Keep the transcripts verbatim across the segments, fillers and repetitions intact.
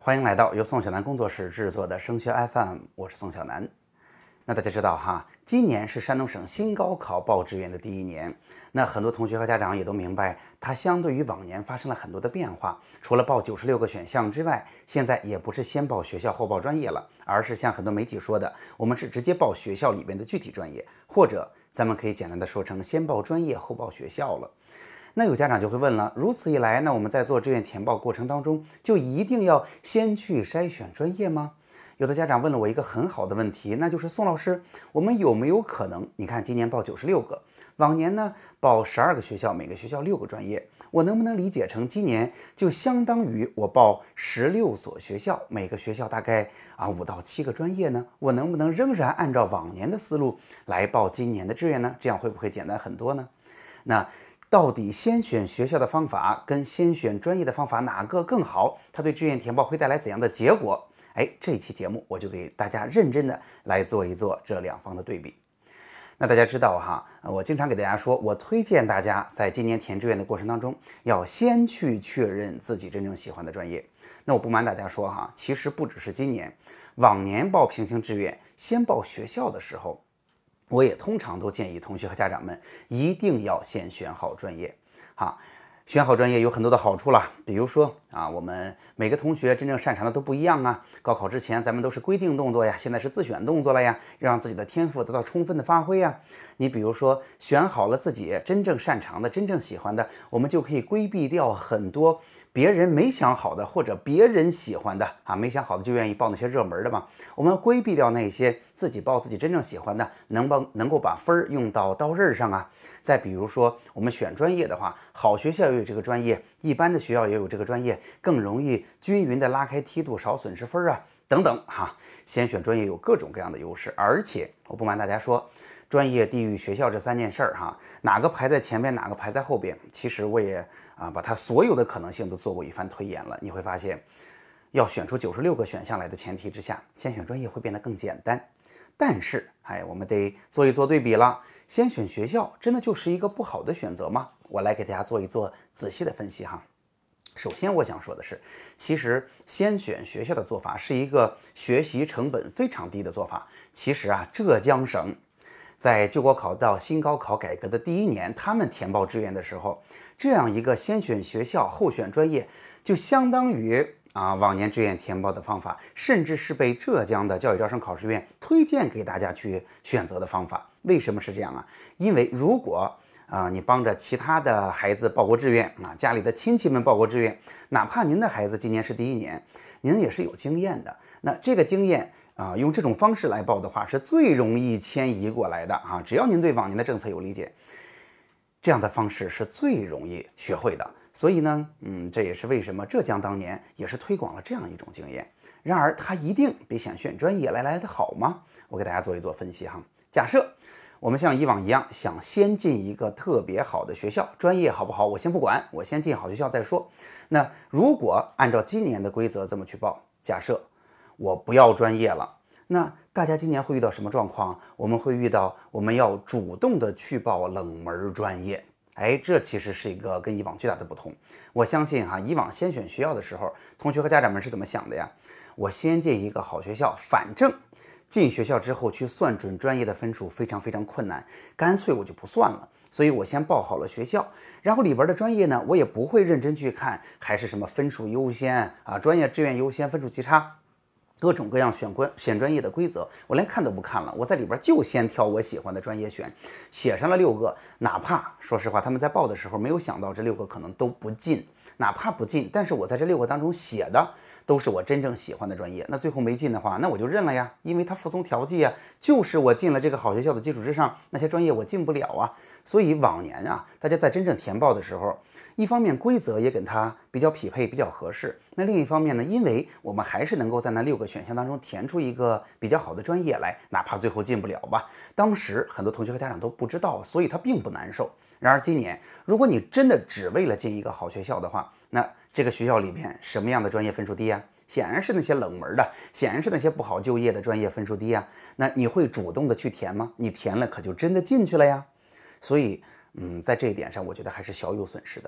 欢迎来到由宋小南工作室制作的升学 F M， 我是宋小南。那大家知道哈，今年是山东省新高考报志愿的第一年。那很多同学和家长也都明白，它相对于往年发生了很多的变化。除了报九十六个选项之外，现在也不是先报学校后报专业了，而是像很多媒体说的，我们是直接报学校里边的具体专业，或者咱们可以简单的说成先报专业后报学校了。那有家长就会问了，如此一来，那我们在做志愿填报过程当中，就一定要先去筛选专业吗？有的家长问了我一个很好的问题，那就是宋老师，我们有没有可能，你看今年报九十六个，往年呢报十二个学校，每个学校六个专业，我能不能理解成今年就相当于我报十六所学校，每个学校大概啊五到七个专业呢？我能不能仍然按照往年的思路来报今年的志愿呢？这样会不会简单很多呢？那到底先选学校的方法跟先选专业的方法哪个更好？它对志愿填报会带来怎样的结果？哎，这期节目我就给大家认真的来做一做这两方的对比。那大家知道哈，我经常给大家说，我推荐大家在今年填志愿的过程当中，要先去确认自己真正喜欢的专业。那我不瞒大家说哈，其实不只是今年，往年报平行志愿先报学校的时候，我也通常都建议同学和家长们一定要先选好专业。好，选好专业有很多的好处了，比如说啊，我们每个同学真正擅长的都不一样啊。高考之前咱们都是规定动作呀，现在是自选动作了呀，让自己的天赋得到充分的发挥呀。你比如说选好了自己真正擅长的、真正喜欢的，我们就可以规避掉很多别人没想好的或者别人喜欢的啊，没想好的就愿意报那些热门的嘛。我们规避掉那些自己报自己真正喜欢的，能帮能够把分用到刀刃上啊。再比如说我们选专业的话，好学校也有这个专业，一般的学校也有这个专业，更容易均匀的拉开梯度，少损失分啊，等等哈。先选专业有各种各样的优势，而且我不瞒大家说，专业、地域、学校这三件事儿哈，哪个排在前边，哪个排在后边，其实我也啊把它所有的可能性都做过一番推演了。你会发现，要选出九十六个选项来的前提之下，先选专业会变得更简单。但是，哎，我们得做一做对比了。先选学校真的就是一个不好的选择吗？我来给大家做一做仔细的分析哈。首先我想说的是，其实先选学校的做法是一个学习成本非常低的做法。其实啊，浙江省在旧国考到新高考改革的第一年，他们填报志愿的时候，这样一个先选学校后选专业，就相当于啊往年志愿填报的方法，甚至是被浙江的教育招生考试院推荐给大家去选择的方法。为什么是这样啊？因为如果啊，你帮着其他的孩子报过志愿啊，家里的亲戚们报过志愿，哪怕您的孩子今年是第一年，您也是有经验的。那这个经验啊，用这种方式来报的话，是最容易迁移过来的啊。只要您对往年的政策有理解，这样的方式是最容易学会的。所以呢，嗯，这也是为什么浙江当年也是推广了这样一种经验。然而，它一定比想选专业来来的好吗？我给大家做一做分析哈。假设我们像以往一样，想先进一个特别好的学校，专业好不好我先不管，我先进好学校再说。那如果按照今年的规则这么去报，假设我不要专业了，那大家今年会遇到什么状况？我们会遇到我们要主动的去报冷门专业。哎，这其实是一个跟以往巨大的不同。我相信哈，以往先选学校的时候，同学和家长们是怎么想的呀？我先进一个好学校，反正进学校之后去算准专业的分数非常非常困难，干脆我就不算了。所以我先报好了学校，然后里边的专业呢，我也不会认真去看，还是什么分数优先啊，专业志愿优先，分数极差，各种各样选关选专业的规则，我连看都不看了。我在里边就先挑我喜欢的专业选，写上了六个，哪怕说实话，他们在报的时候没有想到这六个可能都不进，哪怕不进，但是我在这六个当中写的都是我真正喜欢的专业。那最后没进的话，那我就认了呀，因为它服从调剂啊，就是我进了这个好学校的基础之上，那些专业我进不了啊。所以往年啊，大家在真正填报的时候，一方面规则也跟它比较匹配，比较合适。那另一方面呢，因为我们还是能够在那六个选项当中填出一个比较好的专业来，哪怕最后进不了吧。当时很多同学和家长都不知道，所以他并不难受。然而今年，如果你真的只为了进一个好学校的话，那这个学校里边什么样的专业分数低啊？显然是那些冷门的，显然是那些不好就业的专业分数低啊。那你会主动的去填吗？你填了可就真的进去了呀。所以，嗯，在这一点上，我觉得还是小有损失的。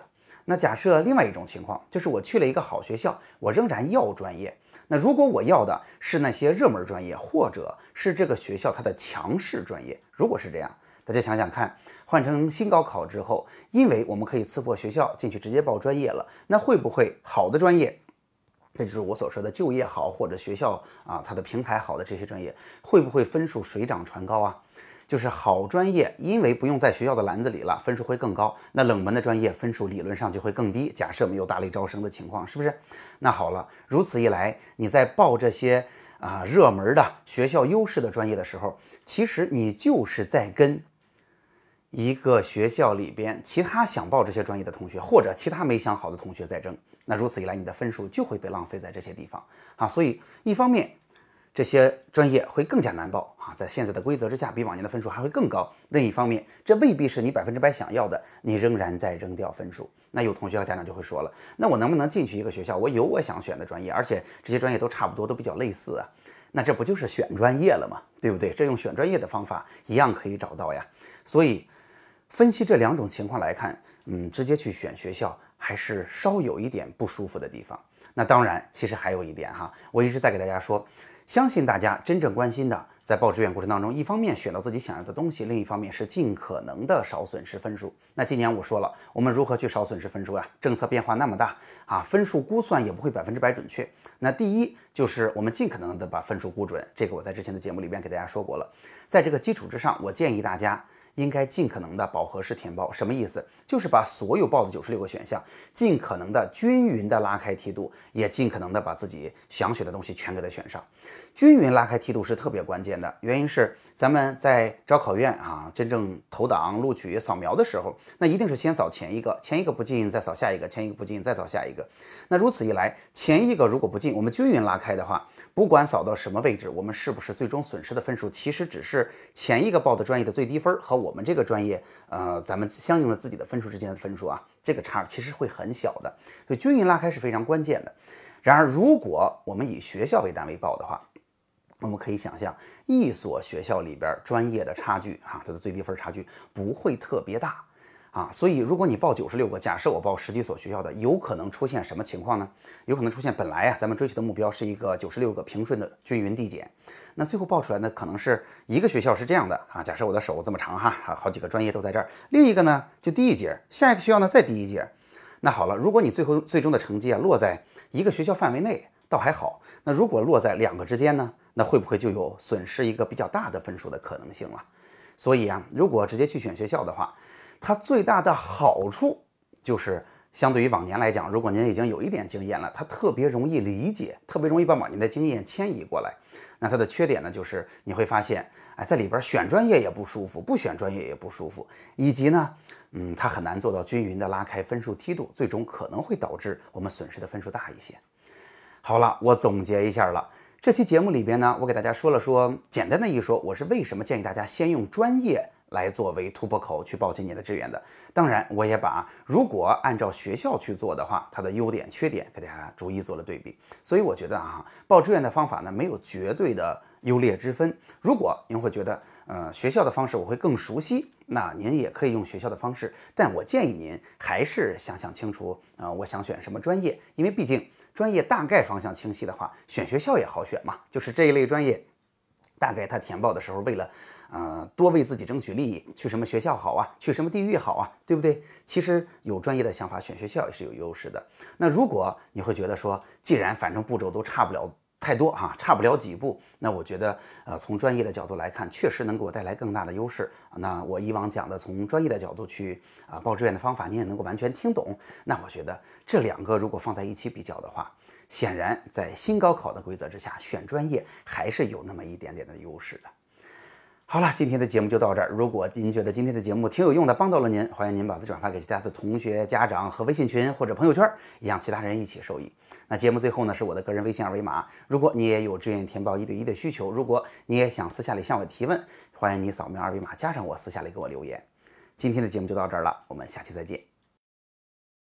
那假设另外一种情况，就是我去了一个好学校，我仍然要专业。那如果我要的是那些热门专业，或者是这个学校它的强势专业，如果是这样，大家想想看，换成新高考之后，因为我们可以刺破学校进去直接报专业了，那会不会好的专业，这就是我所说的就业好或者学校啊它的平台好的这些专业，会不会分数水涨船高啊？就是好专业，因为不用在学校的篮子里了，分数会更高。那冷门的专业分数理论上就会更低。假设没有大力招生的情况，是不是？那好了，如此一来，你在报这些啊热门的学校优势的专业的时候，其实你就是在跟一个学校里边其他想报这些专业的同学，或者其他没想好的同学在争。那如此一来，你的分数就会被浪费在这些地方啊。所以一方面，这些专业会更加难报啊，在现在的规则之下，比往年的分数还会更高。另一方面，这未必是你百分之百想要的，你仍然在扔掉分数。那有同学和家长就会说了，那我能不能进去一个学校，我有我想选的专业，而且这些专业都差不多，都比较类似啊？那这不就是选专业了吗？对不对？这用选专业的方法一样可以找到呀。所以分析这两种情况来看，嗯，直接去选学校还是稍有一点不舒服的地方。那当然，其实还有一点哈，我一直在给大家说，相信大家真正关心的，在报志愿过程当中，一方面选到自己想要的东西，另一方面是尽可能的少损失分数。那今年我说了，我们如何去少损失分数呀？政策变化那么大啊，分数估算也不会百分之百准确。那第一就是我们尽可能的把分数估准，这个我在之前的节目里边给大家说过了。在这个基础之上，我建议大家应该尽可能的饱和式填报。什么意思？就是把所有报的九十六个选项尽可能的均匀的拉开梯度，也尽可能的把自己想选的东西全给它选上。均匀拉开梯度是特别关键的，原因是咱们在招考院啊真正投档录取扫描的时候，那一定是先扫前一个，前一个不进再扫下一个，前一个不进再扫下一个。那如此一来，前一个如果不进，我们均匀拉开的话，不管扫到什么位置，我们是不是最终损失的分数其实只是前一个报的专业的最低分和我们这个专业呃咱们相应的自己的分数之间的分数啊，这个差其实会很小的。所以均匀拉开是非常关键的。然而如果我们以学校为单位报的话，我们可以想象，一所学校里边专业的差距啊，它的最低分差距不会特别大啊。所以如果你报九十六个，假设我报十几所学校的，有可能出现什么情况呢？有可能出现本来啊咱们追求的目标是一个九十六个平顺的均匀递减，那最后报出来呢，可能是一个学校是这样的啊，假设我的手这么长哈，好几个专业都在这儿，另一个呢就低一截，下一个学校呢再低一截。那好了，如果你最后最终的成绩啊落在一个学校范围内，倒还好。那如果落在两个之间呢，那会不会就有损失一个比较大的分数的可能性了？所以啊，如果直接去选学校的话，它最大的好处就是相对于往年来讲，如果您已经有一点经验了，它特别容易理解，特别容易把往年的经验迁移过来。那它的缺点呢，就是你会发现，哎，在里边选专业也不舒服，不选专业也不舒服，以及呢，嗯，它很难做到均匀的拉开分数梯度，最终可能会导致我们损失的分数大一些。好了，我总结一下了。这期节目里边呢，我给大家说了说，简单的一说，我是为什么建议大家先用专业来作为突破口去报今年的志愿的。当然，我也把如果按照学校去做的话，它的优点、缺点给大家逐一做了对比。所以我觉得啊，报志愿的方法呢，没有绝对的优劣之分。如果您会觉得，呃，学校的方式我会更熟悉，那您也可以用学校的方式。但我建议您还是想想清楚，呃，我想选什么专业，因为毕竟专业大概方向清晰的话，选学校也好选嘛。就是这一类专业，大概他填报的时候，为了呃多为自己争取利益，去什么学校好啊，去什么地域好啊，对不对？其实有专业的想法，选学校也是有优势的。那如果你会觉得说，既然反正步骤都差不了太多哈、啊，差不了几步，那我觉得呃从专业的角度来看，确实能给我带来更大的优势。那我以往讲的从专业的角度去啊、呃、报志愿的方法，你也能够完全听懂。那我觉得这两个如果放在一起比较的话，显然在新高考的规则之下，选专业还是有那么一点点的优势的。好了，今天的节目就到这儿。如果您觉得今天的节目挺有用的，帮到了您，欢迎您把它转发给其他的同学、家长和微信群或者朋友圈，也让其他人一起受益。那节目最后呢，是我的个人微信二维码。如果你也有志愿填报一对一的需求，如果你也想私下里向我提问，欢迎你扫描二维码加上我，私下里给我留言。今天的节目就到这儿了，我们下期再见。